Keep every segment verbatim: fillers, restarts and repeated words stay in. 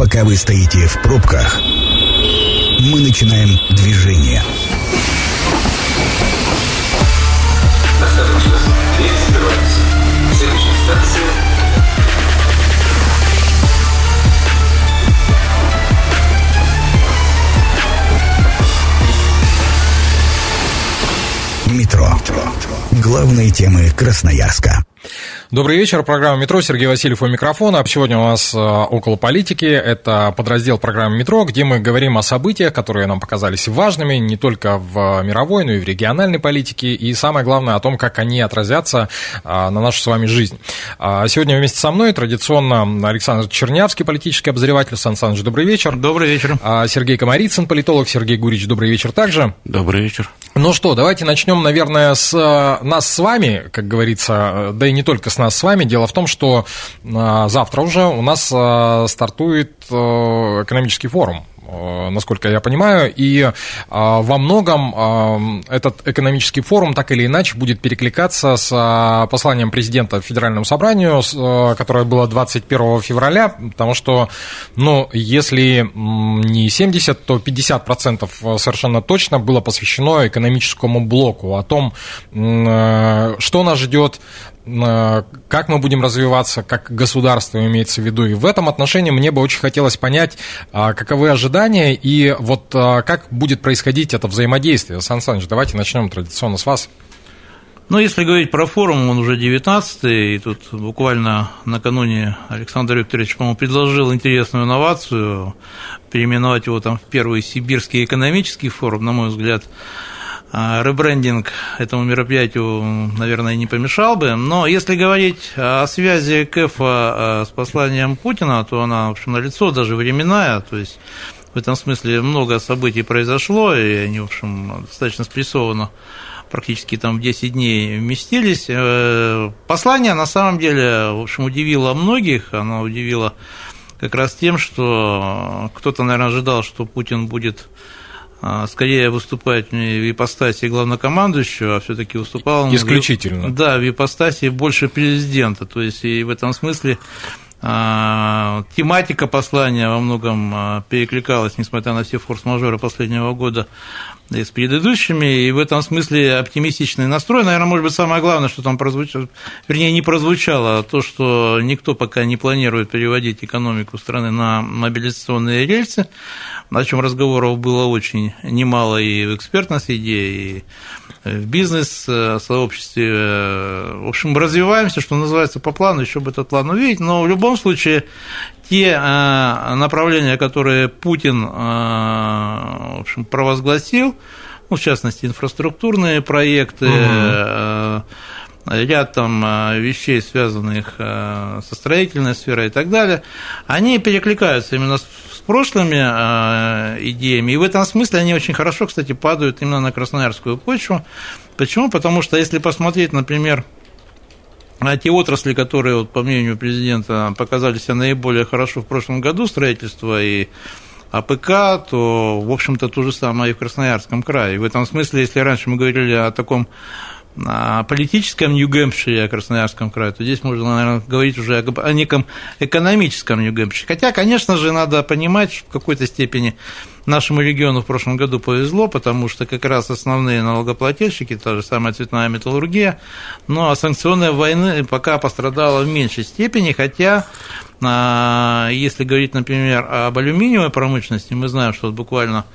Пока вы стоите в пробках, мы начинаем движение. Осторожно, дверь закрывается. Следующая станция. Метро. Главные темы Красноярска. Добрый вечер, программа «Метро», Сергей Васильев у микрофона. Сегодня у нас «Около политики», это подраздел программы «Метро», где мы говорим о событиях, которые нам показались важными не только в мировой, но и в региональной политике, и самое главное о том, как они отразятся на нашу с вами жизнь. Сегодня вместе со мной традиционно Александр Чернявский, политический обозреватель. Сан Саныч, добрый вечер. Добрый вечер. Сергей Комарицын, политолог. Сергей Гурич, добрый вечер также. Добрый вечер. Ну что, давайте начнем, наверное, с нас с вами, как говорится, да и не только с нас с вами. Дело в том, что завтра уже у нас стартует экономический форум, насколько я понимаю, и во многом этот экономический форум так или иначе будет перекликаться с посланием президента Федеральному собранию, которое было двадцать первого февраля, потому что, ну, если не семьдесят, то пятьдесят процентов совершенно точно было посвящено экономическому блоку, о том, что нас ждет, как мы будем развиваться, как государство имеется в виду. И в этом отношении мне бы очень хотелось понять, каковы ожидания и вот как будет происходить это взаимодействие. Сан Саныч, давайте начнем традиционно с вас. Ну, если говорить про форум, он уже девятнадцатый, и тут буквально накануне Александр Викторович, по-моему, предложил интересную инновацию, переименовать его там в первый Сибирский экономический форум. На мой взгляд, ребрендинг этому мероприятию, наверное, не помешал бы. Но если говорить о связи КЭФа с посланием Путина, то она, в общем, налицо, даже временная. То есть в этом смысле много событий произошло, и они, в общем, достаточно спрессованно, практически там в десять дней вместились. Послание, на самом деле, в общем, удивило многих. Оно удивило как раз тем, что кто-то, наверное, ожидал, что Путин будет скорее выступать в ипостаси главнокомандующего, а все-таки выступал он исключительно. В, да, в ипостаси больше президента. То есть и в этом смысле а, тематика послания во многом перекликалась, несмотря на все форс-мажоры последнего года, и с предыдущими, и в этом смысле оптимистичный настрой. Наверное, может быть, самое главное, что там прозвучало, вернее, не прозвучало, а то, что никто пока не планирует переводить экономику страны на мобилизационные рельсы, о чем разговоров было очень немало и в экспертной среде, и в бизнес-сообществе. В общем, развиваемся, что называется, по плану, еще бы этот план увидеть, но в любом случае те направления, которые Путин, в общем, провозгласил, ну, в частности, инфраструктурные проекты, угу. ряд там вещей, связанных со строительной сферой и так далее, они перекликаются именно с прошлыми идеями, и в этом смысле они очень хорошо, кстати, падают именно на красноярскую почву. Почему? Потому что если посмотреть, например, на те отрасли, которые, вот, по мнению президента, показали себя наиболее хорошо в прошлом году, строительство и АПК, то, в общем-то, то же самое и в Красноярском крае. И в этом смысле, если раньше мы говорили о таком о политическом Нью-Гэмпшире, о Красноярском крае, то здесь можно, наверное, говорить уже о неком экономическом Нью-Гэмпшире. Хотя, конечно же, надо понимать, что в какой-то степени нашему региону в прошлом году повезло, потому что как раз основные налогоплательщики, та же самая цветная металлургия, но от санкционной войны пока пострадала в меньшей степени, хотя, если говорить, например, об алюминиевой промышленности, мы знаем, что буквально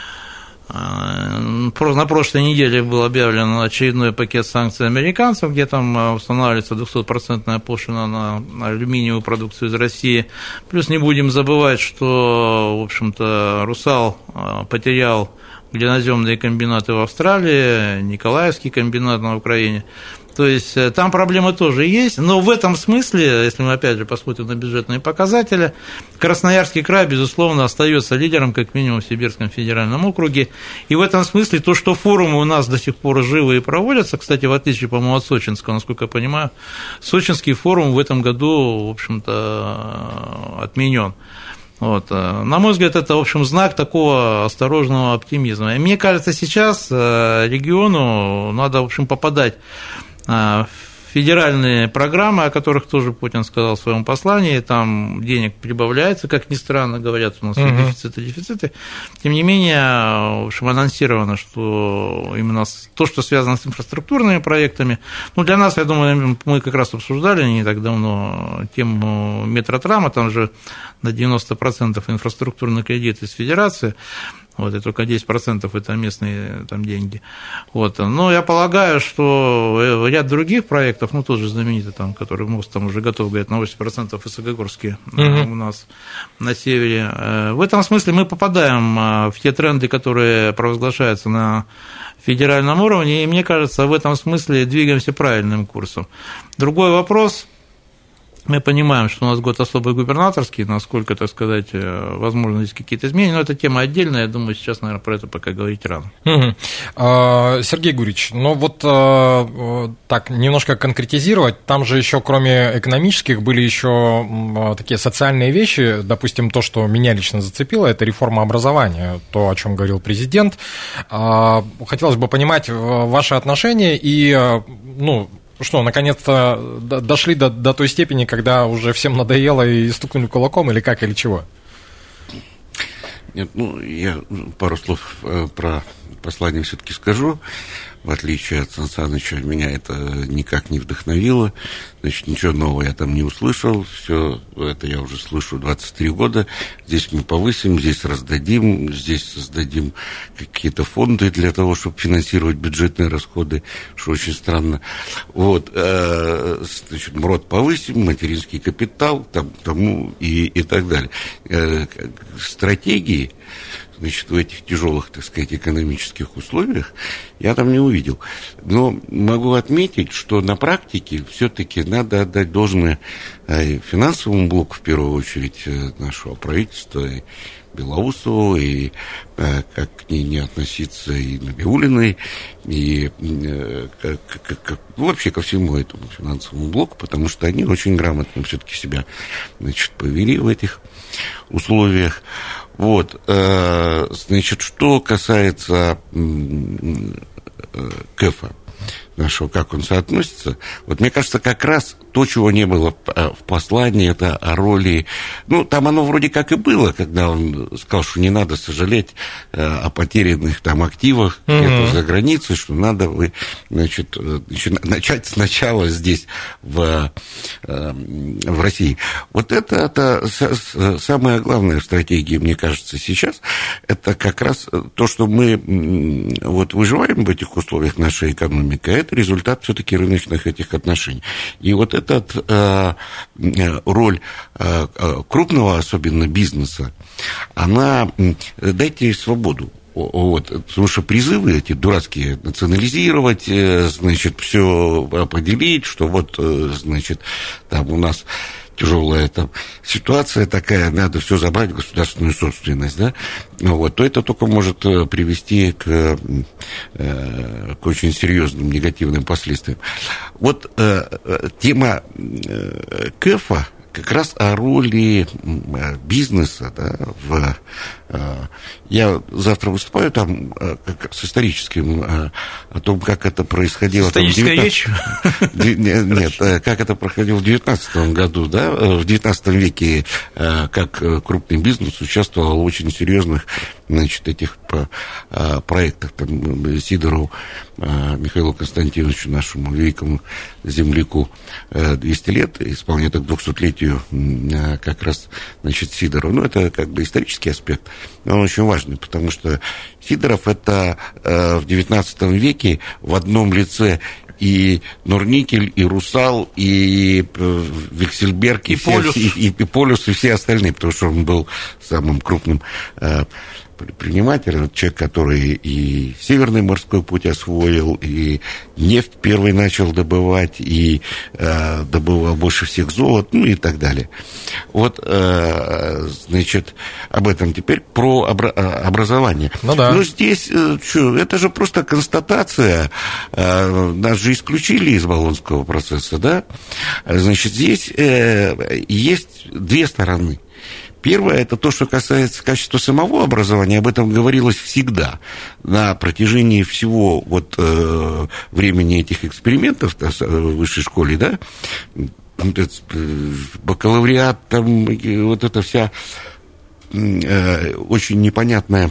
на прошлой неделе был объявлен очередной пакет санкций американцев, где там устанавливается двухсотпроцентная пошлина на алюминиевую продукцию из России. Плюс не будем забывать, что, в общем-то, «Русал» потерял глиноземные комбинаты в Австралии, Николаевский комбинат на Украине. То есть там проблемы тоже есть, но в этом смысле, если мы опять же посмотрим на бюджетные показатели, Красноярский край, безусловно, остается лидером, как минимум, в Сибирском федеральном округе. И в этом смысле то, что форумы у нас до сих пор живы и проводятся, кстати, в отличие, по-моему, от сочинского, насколько я понимаю, сочинский форум в этом году, в общем-то, отменен. Вот. На мой взгляд, это, в общем, знак такого осторожного оптимизма. И мне кажется, сейчас региону надо, в общем, попадать в федеральные программы, о которых тоже Путин сказал в своем послании, там денег прибавляется, как ни странно, говорят, у нас uh-huh. дефициты, дефициты. Тем не менее, в общем, анонсировано, что именно то, что связано с инфраструктурными проектами, ну, для нас, я думаю, мы как раз обсуждали не так давно тему метротрама, там же на девяносто процентов инфраструктурный кредит из Федерации, вот, и только десять процентов это местные там деньги. Вот. Но я полагаю, что ряд других проектов, ну, тоже знаменитый, там, который мост там уже готов, говорят, на восемьдесят процентов Высокогорский mm-hmm. у нас на севере. В этом смысле мы попадаем в те тренды, которые провозглашаются на федеральном уровне, и мне кажется, в этом смысле двигаемся правильным курсом. Другой вопрос. Мы понимаем, что у нас год особый губернаторский, насколько, так сказать, возможно, здесь какие-то изменения, но это тема отдельная, я думаю, сейчас, наверное, про это пока говорить рано. Угу. Сергей Гурьевич, ну вот так, немножко конкретизировать, там же еще, кроме экономических, были еще такие социальные вещи, допустим, то, что меня лично зацепило, это реформа образования, то, о чем говорил президент. Хотелось бы понимать ваши отношения и, ну, что, наконец-то дошли до, до той степени, когда уже всем надоело и стукнули кулаком, или как, или чего? Нет, ну, я пару слов про послание все-таки скажу. В отличие от Сан Саныча, меня это никак не вдохновило. Значит, ничего нового я там не услышал. Все это я уже слышу двадцать три года. Здесь мы повысим, здесь раздадим, здесь создадим какие-то фонды для того, чтобы финансировать бюджетные расходы, что очень странно. Вот, значит, МРОТ повысим, материнский капитал, там, тому и, и так далее. Стратегии, значит, в этих тяжелых, так сказать, экономических условиях я там не увидел. Но могу отметить, что на практике все-таки надо отдать должное финансовому блоку, в первую очередь, нашего правительства, и Белоусову, и как к ней не относиться, и Набиуллиной, и как, как, как, вообще ко всему этому финансовому блоку, потому что они очень грамотно все-таки себя, значит, повели в этих условиях. Вот, значит, что касается КЭФа нашего, как он соотносится, вот мне кажется, как раз то, чего не было в послании, это о роли, ну, там оно вроде как и было, когда он сказал, что не надо сожалеть о потерянных там активах mm-hmm. за границей, что надо вы, значит, начать сначала здесь, в, в России. Вот это, это самая главная стратегия, мне кажется, сейчас, это как раз то, что мы вот выживаем в этих условиях нашей экономики, а это результат все-таки рыночных этих отношений. И вот эта э, роль э, крупного, особенно бизнеса, она, дайте свободу. Вот, потому что призывы эти дурацкие национализировать, значит, все поделить, что вот, значит, там у нас тяжелая там ситуация такая, надо все забрать в государственную собственность, да, вот, то это только может привести к, к очень серьезным негативным последствиям. Вот э, тема КЭФа как раз о роли бизнеса, да, в... Я завтра выступаю там с историческим, о том, как это происходило... Историческая речь? Нет, как это происходило в девятнадцатом году, да, в девятнадцатом веке, как крупный бизнес участвовал в очень серьезных, значит, этих проектах. Там Сидорову Михаилу Константиновичу, нашему великому земляку, двести лет, исполняет к двухсотлетию как раз, значит, Сидорова. Ну, это как бы исторический аспект, но он очень важный, потому что Сидоров это э, в девятнадцатом веке в одном лице и Норникель, и Русал, и э, Виксельберг, и, и, все, Полюс. И, и, и Полюс, и все остальные, потому что он был самым крупным э, предприниматель, человек, который и Северный морской путь освоил, и нефть первый начал добывать, и э, добывал больше всех золот, ну и так далее. Вот, э, значит, об этом теперь про обра- образование. Ну да. Но здесь, э, что, это же просто констатация, э, нас же исключили из Болонского процесса, да? Значит, здесь э, есть две стороны. Первое, это то, что касается качества самого образования, об этом говорилось всегда. На протяжении всего вот, э, времени этих экспериментов в высшей школе, да, бакалавриат, там вот эта вся э, очень непонятная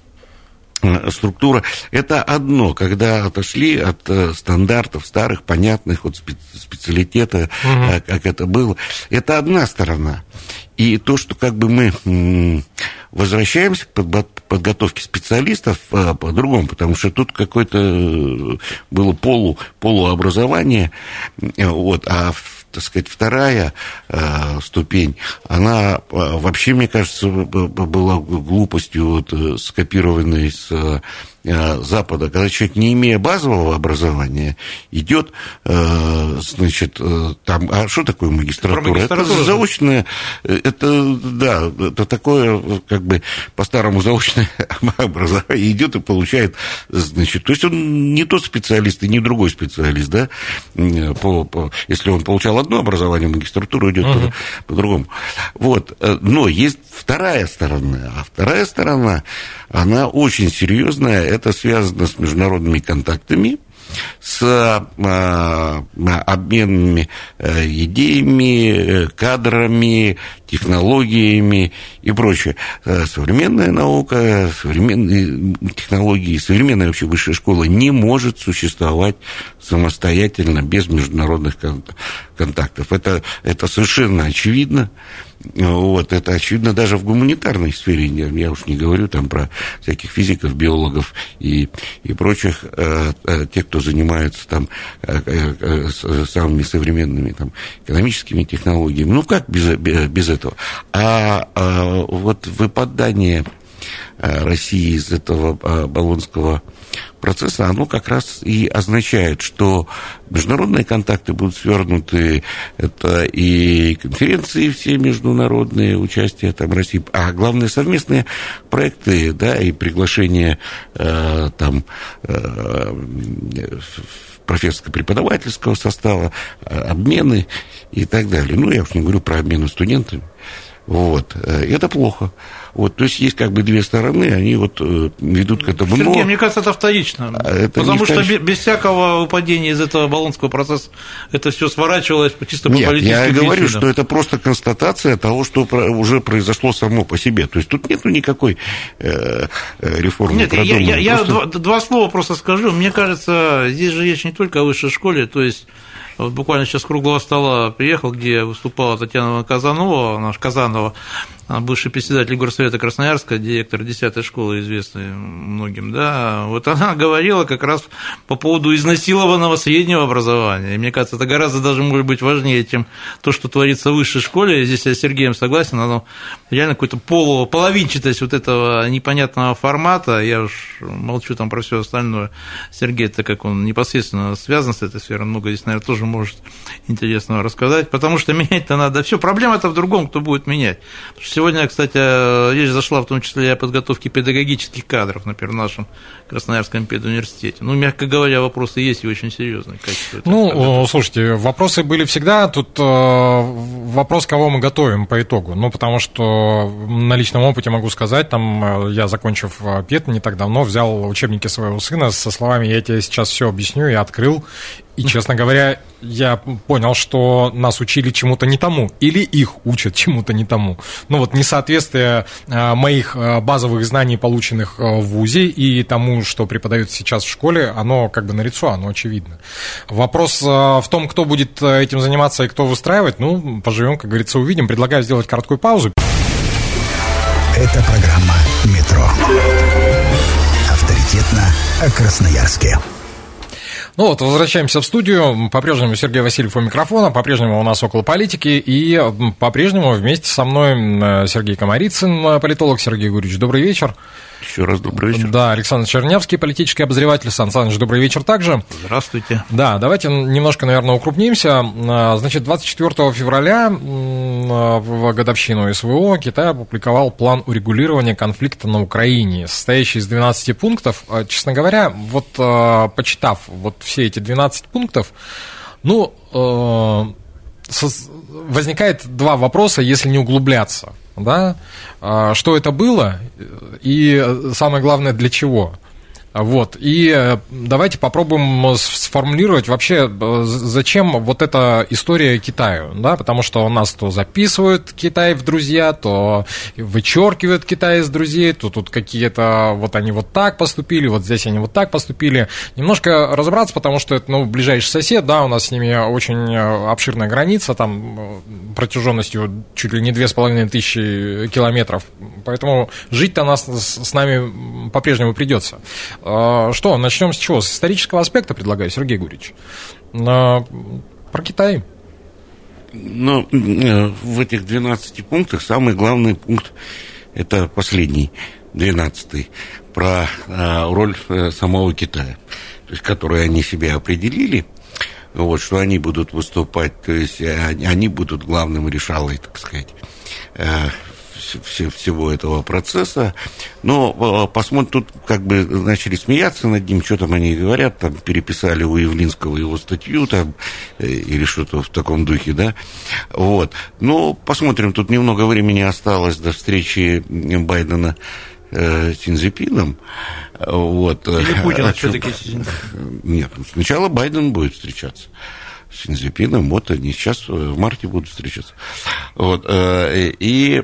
структура. Это одно, когда отошли от стандартов старых, понятных, от специалитета, угу. как это было. Это одна сторона. И то, что как бы мы возвращаемся к подготовке специалистов, по-другому, потому что тут какое-то было полу, полуобразование, вот, а так сказать, вторая э, ступень, она э, вообще, мне кажется, была глупостью вот, скопированной с э, Запада, когда человек, не имея базового образования, идет, э, значит, э, там, а что такое магистратура? Это заочное, это, да, это такое, как бы, по-старому заочное образование, идет и получает, значит, то есть он не тот специалист и не другой специалист, да, по, по, если он получал одно образование, магистратура идет uh-huh. по- по-другому. Вот. Но есть вторая сторона. А вторая сторона, она очень серьезная. Это связано с международными контактами, с а, обменными а, идеями, кадрами, технологиями и прочее. Современная наука, современные технологии, современная вообще высшая школа не может существовать самостоятельно, без международных контактов. Это, это совершенно очевидно. Вот, это очевидно даже в гуманитарной сфере. Я уж не говорю там про всяких физиков, биологов и, и прочих, э, э, тех, кто занимается там э, э, самыми современными там, экономическими технологиями. Ну, как без, без этого? А, а вот выпадание России из этого болонского процесса, оно как раз и означает, что международные контакты будут свернуты, это и конференции все международные, участие там России, а главное совместные проекты, да, и приглашение э, там э, профессорско-преподавательского состава, обмены и так далее. Ну, я уж не говорю про обмены студентами. Вот. Это плохо. Вот, то есть есть как бы две стороны, они вот ведут к этому. Сергей, но... мне кажется, это вторично. Это потому что вторично. без всякого выпадения из этого болонского процесса это все сворачивалось чисто по Нет, политическим я говорю, причинам. что это просто констатация того, что уже произошло само по себе. То есть тут нету никакой э, реформы. Нет, я, я, я просто... два, два слова просто скажу. Мне кажется, здесь же речь не только о высшей школе, то есть вот буквально сейчас с круглого стола приехал, где выступала Татьяна Казанова, наш Казанова, бывший председатель горсовета Красноярска, директор десятой школы, известный многим, да, вот она говорила как раз по поводу изнасилованного среднего образования. И мне кажется, это гораздо даже может быть важнее, чем то, что творится в высшей школе. Здесь я с Сергеем согласен, оно реально какой-то полу, половинчатость вот этого непонятного формата. Я уж молчу там про все остальное. Сергей, так как он непосредственно связан с этой сферой, много здесь, наверное, тоже может интересного рассказать, потому что менять-то надо все. Проблема-то в другом, кто будет менять. Потому что сегодня, кстати, речь зашла в том числе и о подготовке педагогических кадров, например, в нашем Красноярском педуниверситете. Ну, мягко говоря, вопросы есть и очень серьезные. Ну, кадров. Слушайте, вопросы были всегда. Тут э, вопрос, кого мы готовим по итогу. Ну, потому что на личном опыте могу сказать, там я, закончив пед не так давно, взял учебники своего сына со словами «я тебе сейчас все объясню», и открыл. И, честно говоря, я понял, что нас учили чему-то не тому, или их учат чему-то не тому. Ну вот несоответствие моих базовых знаний, полученных в вузе, и тому, что преподают сейчас в школе, оно как бы налицо, оно очевидно. Вопрос в том, кто будет этим заниматься и кто выстраивать, ну, поживем, как говорится, увидим. Предлагаю сделать короткую паузу. Это программа «Метро». Авторитетно о Красноярске. Ну вот, возвращаемся в студию. По-прежнему Сергей Васильев у микрофона, по-прежнему у нас «Около политики», и по-прежнему вместе со мной Сергей Комарицын, политолог. Сергей Гурьевич, добрый вечер. Еще раз добрый вечер. Да, Александр Чернявский, политический обозреватель. Сан Саныч, добрый вечер также. Здравствуйте. Да, давайте немножко, наверное, укрупнимся. Значит, двадцать четвёртого февраля, в годовщину СВО, Китай опубликовал план урегулирования конфликта на Украине, состоящий из двенадцати пунктов. Честно говоря, вот почитав вот все эти двенадцать пунктов, ну, возникает два вопроса, если не углубляться. да, что это было и, самое главное, для чего. Вот, и давайте попробуем сформулировать вообще, зачем вот эта история Китаю, да, потому что у нас то записывают Китай в друзья, то вычеркивают Китай из друзей, то тут какие-то, вот они вот так поступили, вот здесь они вот так поступили. Немножко разобраться, потому что это, ну, ближайший сосед, да, у нас с ними очень обширная граница, там протяженностью чуть ли не две с половиной тысячи километров, поэтому жить-то нас с нами по-прежнему придется. Что, начнем с чего? С исторического аспекта предлагаю, Сергей Гурьевич. Про Китай. Ну, в этих двенадцати пунктах самый главный пункт – это последний, двенадцатый, про роль самого Китая, то есть, которую они себе определили, вот, что они будут выступать, то есть они будут главным решалой, так сказать, всего этого процесса. Но посмотрим, тут как бы начали смеяться над ним, что там они говорят, там переписали у Явлинского его статью там, или что-то в таком духе, да. Вот. Но посмотрим, тут немного времени осталось до встречи Байдена с Си Цзиньпином. Вот. Или Путина все-таки Си Цзиньпин? Нет, сначала Байден будет встречаться с Си Цзиньпином, вот они сейчас в марте будут встречаться. Вот, и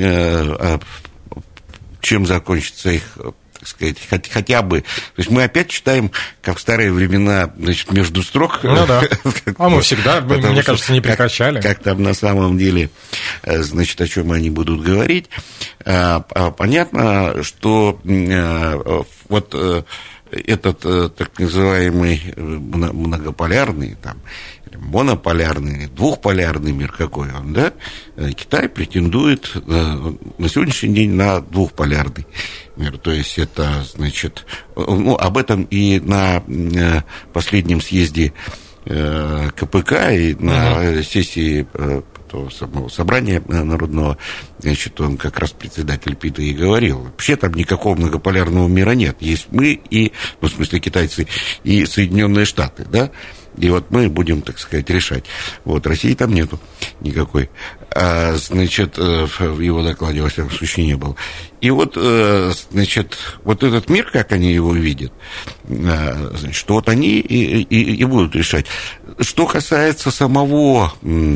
чем закончится их, так сказать, хотя бы... То есть мы опять читаем, как в старые времена, значит, между строк. Ну да, а мы всегда, мне кажется, не прекращали. Как, как там на самом деле, значит, о чем они будут говорить. Понятно, что вот... этот так называемый многополярный, там, монополярный, двухполярный мир какой он, да, Китай претендует на сегодняшний день на двухполярный мир. То есть это, значит, ну, об этом и на последнем съезде ка пэ ка и на uh-huh. сессии самого собрания народного, значит, он как раз председатель ПИТа и говорил, вообще там никакого многополярного мира нет, есть мы и, ну, в смысле, китайцы и Соединенные Штаты, да, и вот мы будем, так сказать, решать. Вот, России там нету никакой. А, значит, в его докладе, во всяком случае, не было. И вот, значит, вот этот мир, как они его видят, значит, что вот они и, и, и будут решать. Что касается самого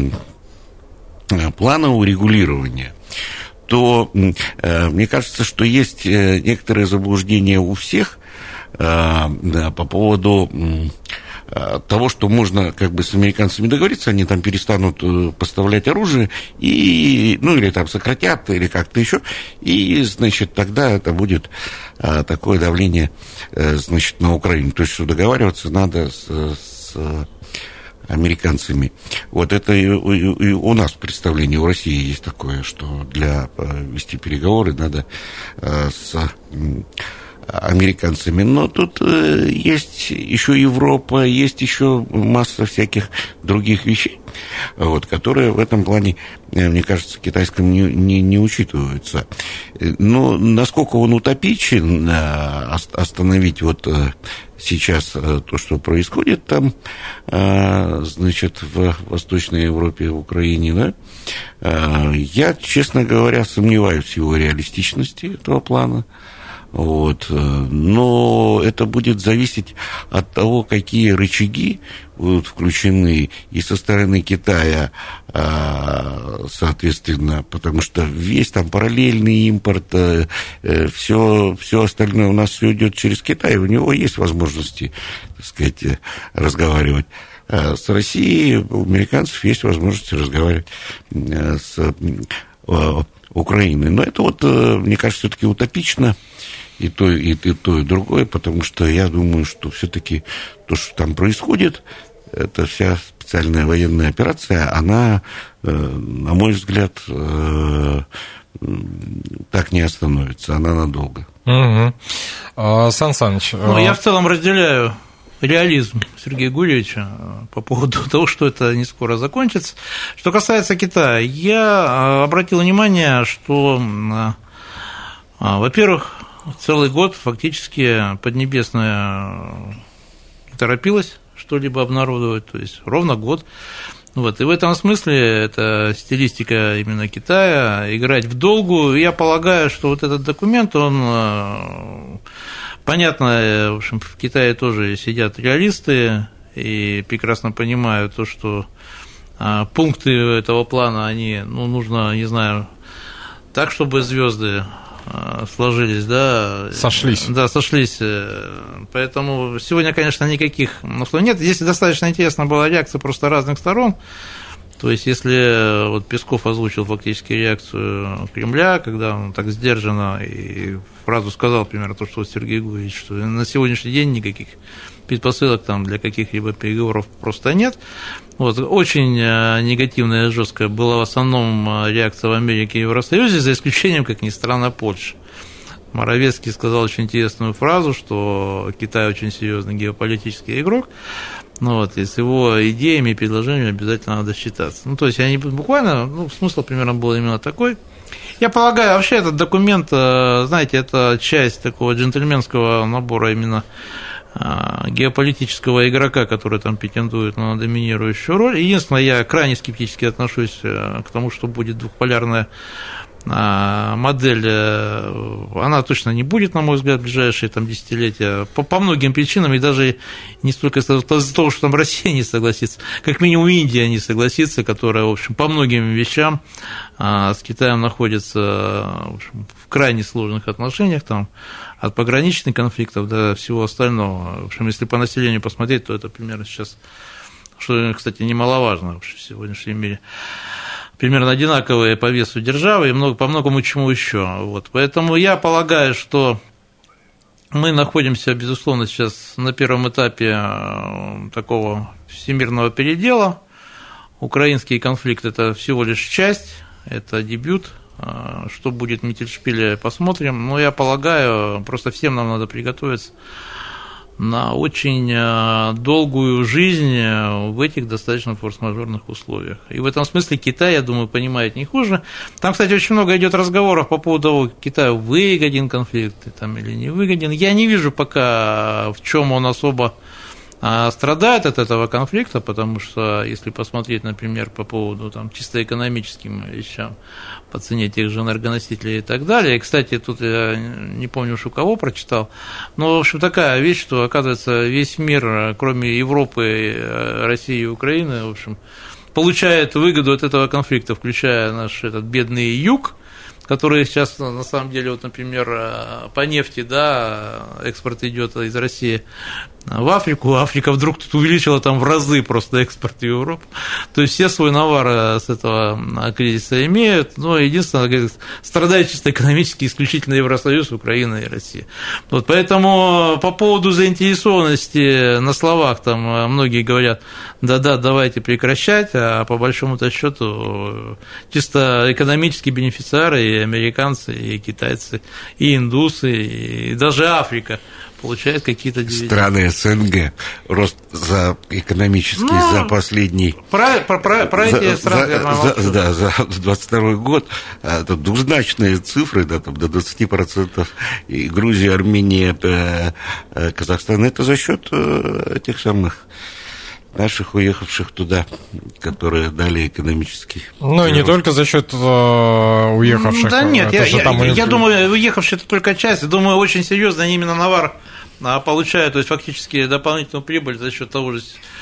плана урегулирования, то мне кажется, что есть некоторые заблуждения у всех да, по поводу того, что можно как бы с американцами договориться, они там перестанут поставлять оружие, и, ну, или там сократят, или как-то еще, и, значит, тогда это будет такое давление, значит, на Украину. То есть, что договариваться надо с, с американцами. Вот это и у, и у нас представление, у России есть такое, что для вести переговоры надо с американцами. Но тут есть еще Европа, есть еще масса всяких других вещей, вот, которые в этом плане, мне кажется, китайском не, не, не учитываются. Но насколько он утопичен, остановить вот сейчас то, что происходит там, значит, в Восточной Европе, в Украине, да, я, честно говоря, сомневаюсь в его реалистичности этого плана. Вот. Но это будет зависеть от того, какие рычаги будут включены и со стороны Китая, соответственно, потому что весь там параллельный импорт, все, все остальное у нас все идет через Китай, у него есть возможности, так сказать, разговаривать. С Россией у американцев есть возможность разговаривать с Украиной. Но это вот, мне кажется, все-таки утопично. И то, и, и то, и другое, потому что я думаю, что все-таки то, что там происходит, эта вся специальная военная операция, она, на мой взгляд, так не остановится, она надолго. Угу. А, Сан Саныч... Ну, я в целом разделяю реализм Сергея Гурьевича по поводу того, что это не скоро закончится. Что касается Китая, я обратил внимание, что, во-первых, целый год фактически Поднебесная торопилась что-либо обнародовать, то есть ровно год Вот, и в этом смысле это стилистика именно Китая, играть в долгу. Я полагаю, что вот этот документ, он, понятно, в общем, в Китае тоже сидят реалисты и прекрасно понимают то, что пункты этого плана, они, ну, нужно, не знаю, так, чтобы звезды сложились, да. Сошлись. Да, сошлись. Поэтому сегодня, конечно, никаких условий нет. Здесь достаточно интересна была реакция просто разных сторон. То есть, если вот Песков озвучил фактически реакцию Кремля, когда он так сдержанно и фразу сказал, примерно, то, что Сергей Гурьевич, что на сегодняшний день никаких предпосылок там для каких-либо переговоров просто нет. Вот, очень негативная и жесткая была в основном реакция в Америке и Евросоюзе, за исключением, как ни странно, Польши. Моровецкий сказал очень интересную фразу, что Китай очень серьезный геополитический игрок, ну, вот, и с его идеями и предложениями обязательно надо считаться. Ну, то есть, они буквально, ну, смысл примерно был именно такой. Я полагаю, вообще этот документ, знаете, это часть такого джентльменского набора именно геополитического игрока, который там претендует на доминирующую роль. Единственное, я крайне скептически отношусь к тому, что будет двухполярная модель, она точно не будет, на мой взгляд, в ближайшие там, десятилетия, по, по многим причинам, и даже не столько из-за того, что там Россия не согласится, как минимум Индия не согласится, которая, в общем, по многим вещам с Китаем находится, в общем, в крайне сложных отношениях, там, от пограничных конфликтов до всего остального. В общем, если по населению посмотреть, то это примерно сейчас, что, кстати, немаловажно вообще в сегодняшнем мире, примерно одинаковые по весу державы и много, по многому чему еще. Вот. Поэтому я полагаю, что мы находимся, безусловно, сейчас на первом этапе такого всемирного передела. Украинский конфликт – это всего лишь часть, это дебют. Что будет в Миттельшпиле, посмотрим. Но я полагаю, просто всем нам надо приготовиться на очень долгую жизнь в этих достаточно форс-мажорных условиях. И в этом смысле Китай, я думаю, понимает не хуже. Там, кстати, очень много идет разговоров по поводу того, Китаю выгоден конфликт там, или не выгоден. Я не вижу пока, в чем он особо страдает от этого конфликта, потому что, если посмотреть, например, по поводу там, чисто экономическим вещам, по цене тех же энергоносителей и так далее, и, кстати, тут я не помню уж у кого прочитал, но, в общем, такая вещь, что, оказывается, весь мир, кроме Европы, России и Украины, в общем, получает выгоду от этого конфликта, включая наш этот бедный юг, который сейчас, на самом деле, вот, например, по нефти, да, экспорт идет из России в Африку, Африка вдруг тут увеличила там в разы просто экспорт в Европу, то есть все свой навар с этого кризиса имеют, но единственное, страдает чисто экономически исключительно Евросоюз, Украина и Россия. Вот, поэтому по поводу заинтересованности на словах там многие говорят, да-да, давайте прекращать, а по большому-то счету чисто экономические бенефициары и американцы, и китайцы, и индусы, и даже Африка получает какие-то дивиденды. Страны СНГ, рост за экономический ну, за последний... Про, про, про, про за, эти страны, за, за, да, за двадцать второй год, это двузначные цифры, да, там, до двадцать процентов, и Грузия, Армения, Казахстан, это за счет этих самых наших уехавших туда, которые дали экономический... Ну, и не только за счет э, уехавших. Да нет, я, я, там... я думаю, уехавшие – это только часть. Я думаю, очень серьезно они именно навар получают, то есть фактически дополнительную прибыль за счет того же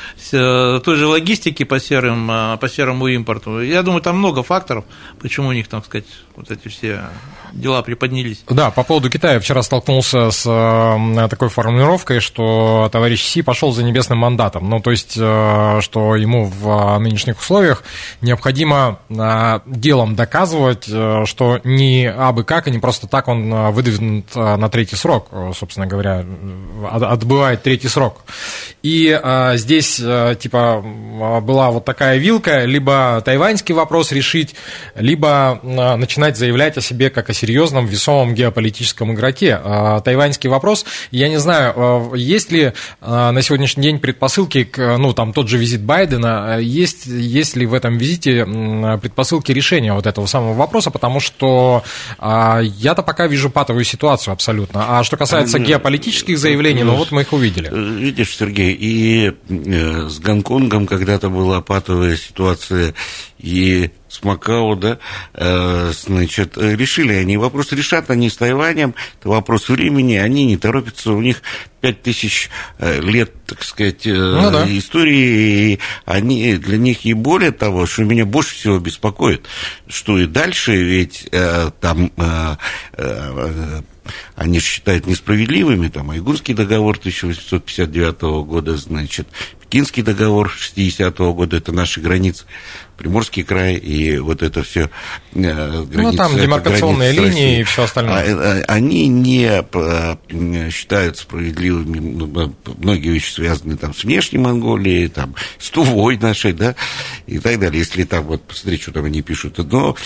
той же логистики по серым, по серому импорту. Я думаю, там много факторов, почему у них, так сказать, вот эти все дела приподнялись. Да, по поводу Китая. Вчера столкнулся с такой формулировкой, что товарищ Си пошел за небесным мандатом. Ну, то есть, что ему в нынешних условиях необходимо делом доказывать, что не абы как, и не просто так он выдвинут на третий срок, собственно говоря, отбывает третий срок. И здесь типа была вот такая вилка, либо тайваньский вопрос решить, либо начинать заявлять о себе как о серьезном, весомом геополитическом игроке. Тайваньский вопрос, я не знаю, есть ли на сегодняшний день предпосылки, к, ну, там, тот же визит Байдена, есть, есть ли в этом визите предпосылки решения вот этого самого вопроса, потому что я-то пока вижу патовую ситуацию абсолютно. А что касается геополитических заявлений, ну, вот мы их увидели. Видишь, Сергей, и с Гонконгом когда-то была патовая ситуация, и с Макао, да, э, значит, решили они. Вопрос решат они с Тайванем, это вопрос времени, они не торопятся, у них пять тысяч лет, так сказать, ну, да. истории, и они, для них и более того, что меня больше всего беспокоит, что и дальше ведь э, там... Э, э, они считают несправедливыми, там, Айгунский договор тысяча восемьсот пятьдесят девятого года, значит, Пекинский договор шестидесятого года, это наши границы, Приморский край, и вот это все границы. Ну, там демаркационные линии и все остальное. Они не считают справедливыми, многие вещи связаны там с внешней Монголией, там, с Тувой нашей, да, и так далее, если там, вот, посмотри, что там они пишут. Но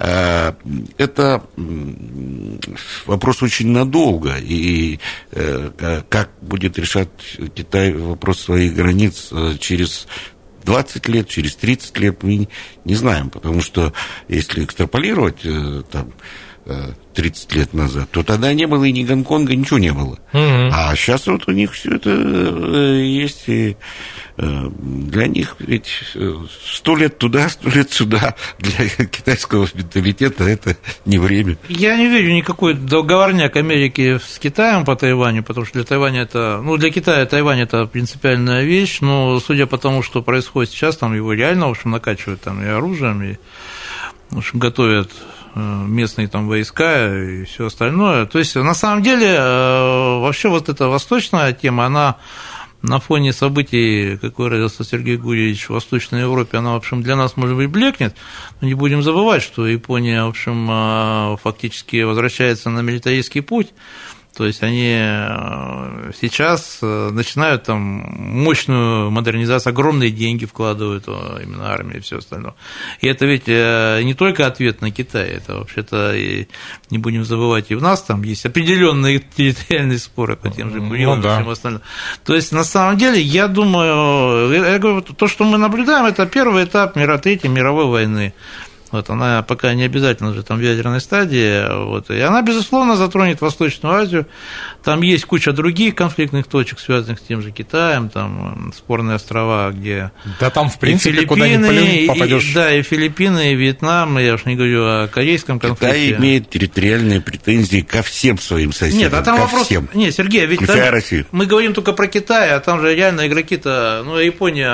это вопрос очень надолго, и как будет решать Китай вопрос своих границ через двадцать лет, через тридцать лет, мы не знаем, потому что если экстраполировать там тридцать лет назад, то тогда не было и ни Гонконга, ничего не было. Mm-hmm. А сейчас вот у них все это есть, и для них ведь сто лет туда, сто лет сюда, для китайского менталитета это не время. Я не вижу никакой договорняк Америки с Китаем по Тайваню, потому что для Тайваня это, ну, для Китая Тайвань это принципиальная вещь, но судя по тому, что происходит сейчас, там его реально, в общем, накачивают там и оружием, и, в общем, готовят местные там войска и все остальное. То есть, на самом деле, вообще вот эта восточная тема, она на фоне событий, как выразился Сергей Гурьевич, в Восточной Европе, она, в общем, для нас, может быть, блекнет, но не будем забывать, что Япония, в общем, фактически возвращается на милитаристский путь. То есть они сейчас начинают там мощную модернизацию, огромные деньги вкладывают именно армию и все остальное. И это ведь не только ответ на Китай, это вообще-то, и не будем забывать, и у нас там есть определенные территориальные споры по тем же Буревам, ну, да. и всем остальным. То есть, на самом деле, я думаю, я говорю, то, что мы наблюдаем, это первый этап мира, Третьей мировой войны. Вот, она пока не обязательно же там в ядерной стадии, вот, и она, безусловно, затронет Восточную Азию. Там есть куча других конфликтных точек, связанных с тем же Китаем, там спорные острова, где... Да там, в принципе, куда ни плюнь, попадешь. Да, и Филиппины, и Вьетнам, я уж не говорю о корейском конфликте. Китай имеет территориальные претензии ко всем своим соседям. Нет, а там ко вопрос... всем. Нет, Сергей, ведь там... мы говорим только про Китай, а там же реально игроки-то... Ну,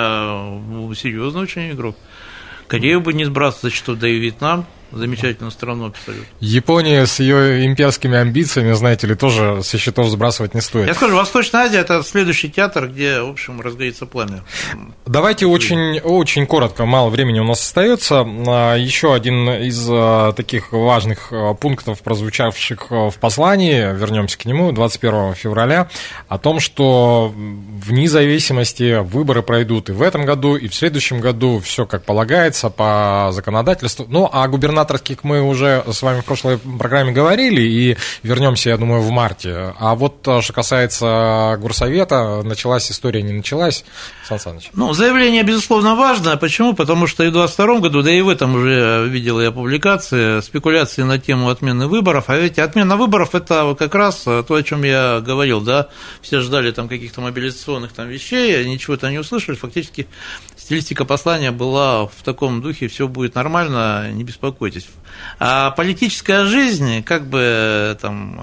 Япония серьезный очень игрок. Корею бы не сбрасывать, что да и Вьетнам. Замечательную страну абсолютно. Япония с ее имперскими амбициями, знаете ли, тоже со счетов сбрасывать не стоит. Я скажу, Восточная Азия – это следующий театр, где, в общем, разгорится пламя. Давайте очень, очень коротко, мало времени у нас остается. Еще один из таких важных пунктов, прозвучавших в послании, вернемся к нему, двадцать первого февраля, о том, что вне зависимости выборы пройдут и в этом году, и в следующем году, все как полагается по законодательству. Ну, а губернаторских мы уже с вами в прошлой программе говорили, и вернемся, я думаю, в марте. А вот что касается горсовета, началась история, не началась, Сан Саныч? Ну, заявление, безусловно, важно. Почему? Потому что и в двадцать втором году, да и в этом уже видел я публикации, спекуляции на тему отмены выборов. А ведь отмена выборов – это как раз то, о чем я говорил, да. Все ждали там каких-то мобилизационных там вещей, ничего-то не услышали. Фактически стилистика послания была в таком духе: все будет нормально, не беспокойтесь. А политическая жизнь, как бы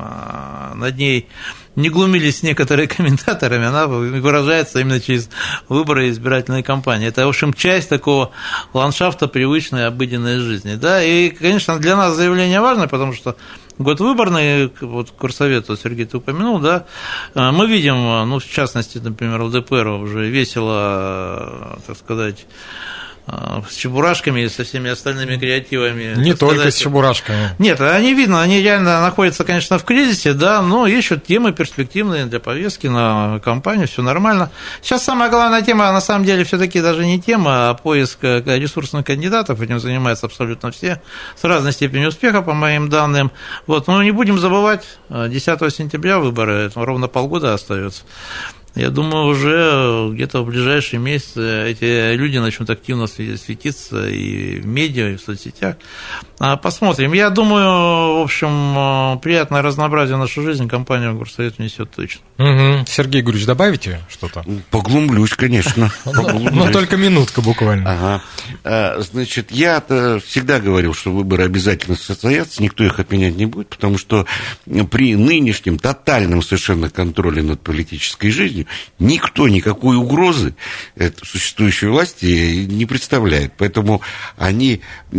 там над ней не глумились некоторые комментаторами, она выражается именно через выборы и избирательные кампании. Это, в общем, часть такого ландшафта привычной обыденной жизни. Да? И, конечно, для нас заявление важно, потому что год выборный, вот Горсовет, Сергей, ты упомянул, да, мы видим, ну, в частности, например, ЛДПР уже весело, так сказать, с чебурашками и со всеми остальными креативами. Не только сказать, с чебурашками. Нет, они видно, они реально находятся, конечно, в кризисе, да, но ищут темы перспективные для повестки на кампанию, все нормально. Сейчас самая главная тема, на самом деле, все-таки даже не тема, а поиск ресурсных кандидатов. Этим занимаются абсолютно все, с разной степенью успеха, по моим данным. Вот, но не будем забывать, десятого сентября выборы, ровно полгода остается. Я думаю, уже где-то в ближайшие месяцы эти люди начнут активно светиться и в медиа, и в соцсетях. Посмотрим. Я думаю, в общем, приятное разнообразие в нашу жизнь компания Горсовет внесет точно. Угу. Сергей Гурьевич, добавите что-то? Поглумлюсь, конечно. Но только минутка буквально. Ага. Значит, я всегда говорил, что выборы обязательно состоятся, никто их отменять не будет, потому что при нынешнем тотальном совершенно контроле над политической жизнью никто никакой угрозы существующей власти не представляет. Поэтому они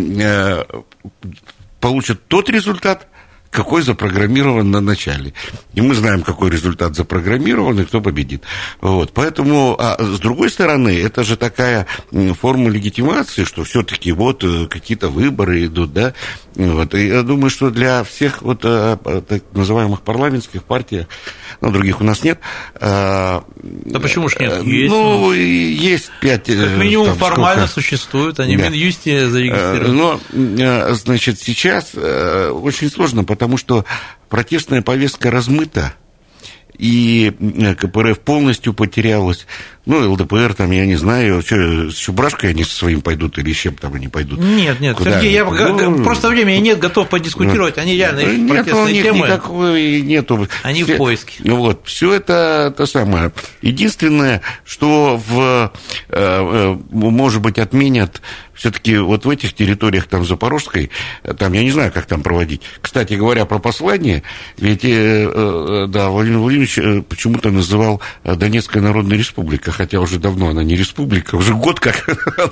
получат тот результат, какой запрограммирован на начале. И мы знаем, какой результат запрограммирован и кто победит. Вот. Поэтому, а с другой стороны, это же такая форма легитимации, что все-таки вот какие-то выборы идут, да. Вот. И я думаю, что для всех вот так называемых парламентских партий, ну, других у нас нет. Да почему ж нет? Есть. Ну, есть пять. Как минимум там, формально сколько? Существуют, они да. в Минюсте зарегистрированы. Но, значит, сейчас очень сложно, потому Потому что протестная повестка размыта, и КПРФ полностью потерялась. Ну, ЛДПР, там, я не знаю, что, с чебурашкой они со своим пойдут или с чем там они пойдут? Нет, нет, Куда? Сергей, я ну, просто времени нет, готов подискутировать, они реально ищут нет, протестные у них темы. Никакой нету. Они все, в поиске. Вот, все это то самое. Единственное, что в, может быть, отменят все-таки вот в этих территориях, там, Запорожской, там, я не знаю, как там проводить. Кстати говоря, про послание, ведь, да, Владимир Владимирович почему-то называл Донецкая Народная Республика, хотя уже давно она не республика, уже год как.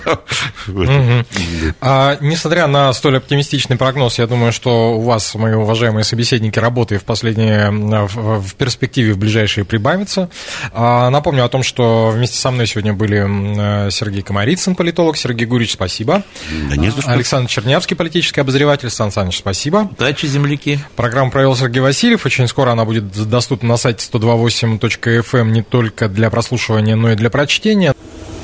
Несмотря на столь оптимистичный прогноз, я думаю, что у вас, мои уважаемые собеседники, работы в последние, в перспективе в ближайшие прибавится. Напомню о том, что вместе со мной сегодня были Сергей Комарицын, политолог, Сергей Гурьевич, спасибо. Да не за что. Александр Чернявский, политический обозреватель. Сан Саныч, спасибо. Удачи, земляки. Программу провел Сергей Васильев. Очень скоро она будет доступна на сайте сто два восемь точка эф эм не только для прослушивания, но и для прочтения.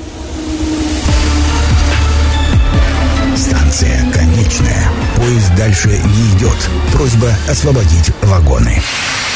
Станция конечная. Поезд дальше не идет. Просьба освободить вагоны.